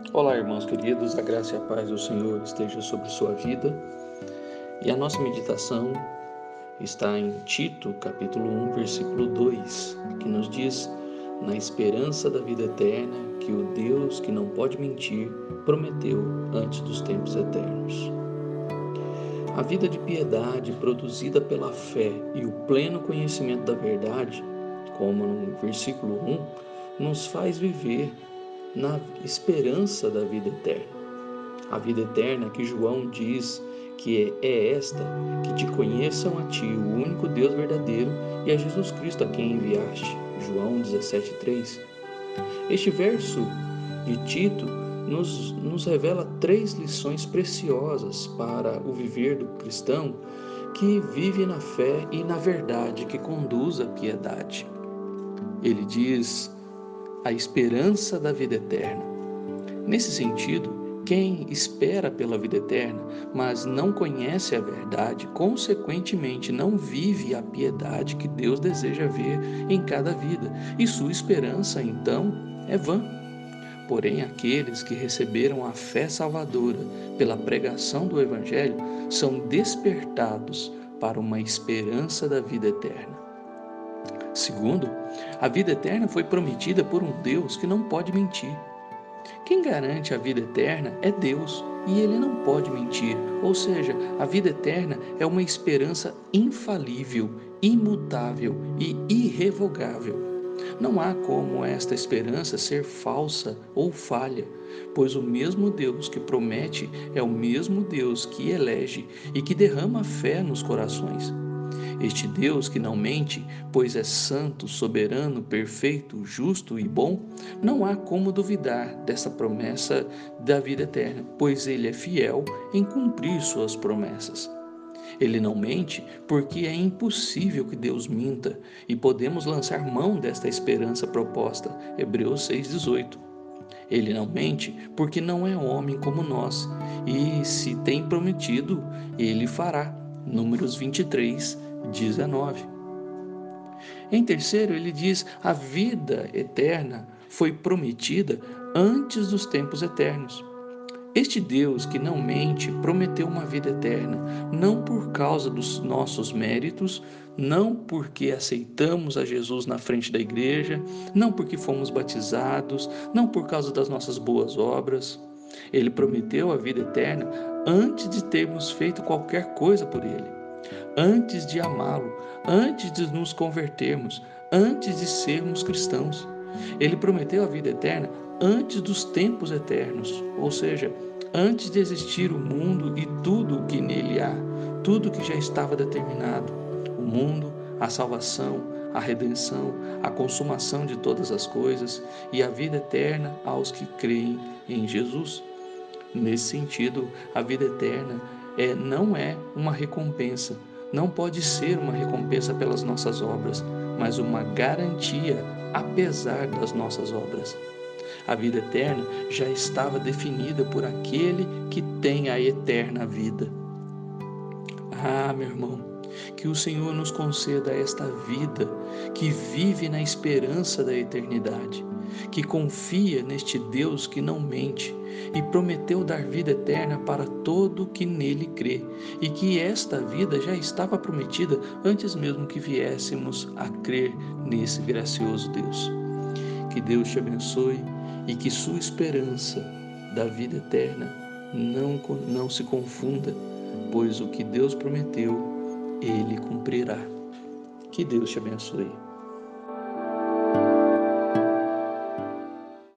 Olá, irmãos queridos, a graça e a paz do Senhor esteja sobre sua vida. E a nossa meditação está em Tito, capítulo 1, versículo 2, que nos diz: na esperança da vida eterna, que o Deus que não pode mentir prometeu antes dos tempos eternos. A vida de piedade produzida pela fé e o pleno conhecimento da verdade, como no versículo 1, nos faz viver na esperança da vida eterna. A vida eterna que João diz que é esta, que te conheçam a ti, o único Deus verdadeiro, e a Jesus Cristo a quem enviaste. João 17,3. Este verso de Tito nos revela 3 lições preciosas para o viver do cristão que vive na fé e na verdade, que conduz à piedade. Ele diz a esperança da vida eterna. Nesse sentido, quem espera pela vida eterna, mas não conhece a verdade, consequentemente não vive a piedade que Deus deseja ver em cada vida, e sua esperança, então, é vã. Porém, aqueles que receberam a fé salvadora pela pregação do Evangelho são despertados para uma esperança da vida eterna. Segundo, a vida eterna foi prometida por um Deus que não pode mentir. Quem garante a vida eterna é Deus, e Ele não pode mentir, ou seja, a vida eterna é uma esperança infalível, imutável e irrevogável. Não há como esta esperança ser falsa ou falha, pois o mesmo Deus que promete é o mesmo Deus que elege e que derrama fé nos corações. Este Deus que não mente, pois é santo, soberano, perfeito, justo e bom, não há como duvidar dessa promessa da vida eterna, pois ele é fiel em cumprir suas promessas. Ele não mente porque é impossível que Deus minta e podemos lançar mão desta esperança proposta. Hebreus 6,18. Ele não mente porque não é homem como nós e se tem prometido, ele fará. Números 23:19. Em terceiro, ele diz: a vida eterna foi prometida antes dos tempos eternos. Este Deus que não mente prometeu uma vida eterna, não por causa dos nossos méritos, não porque aceitamos a Jesus na frente da igreja, não porque fomos batizados, não por causa das nossas boas obras. Ele prometeu a vida eterna antes de termos feito qualquer coisa por ele, antes de amá-lo, antes de nos convertermos, antes de sermos cristãos. Ele prometeu a vida eterna antes dos tempos eternos, ou seja, antes de existir o mundo e tudo o que nele há, tudo que já estava determinado, o mundo, a salvação, a redenção, a consumação de todas as coisas e a vida eterna aos que creem em Jesus. Nesse sentido, a vida eterna não é uma recompensa, não pode ser uma recompensa pelas nossas obras, mas uma garantia apesar das nossas obras. A vida eterna já estava definida por aquele que tem a eterna vida. Ah, meu irmão, que o Senhor nos conceda esta vida que vive na esperança da eternidade, que confia neste Deus que não mente e prometeu dar vida eterna para todo que nele crê, e que esta vida já estava prometida antes mesmo que viéssemos a crer nesse gracioso Deus. Que Deus te abençoe e que sua esperança da vida eterna não se confunda, pois o que Deus prometeu, Ele cumprirá. Que Deus te abençoe.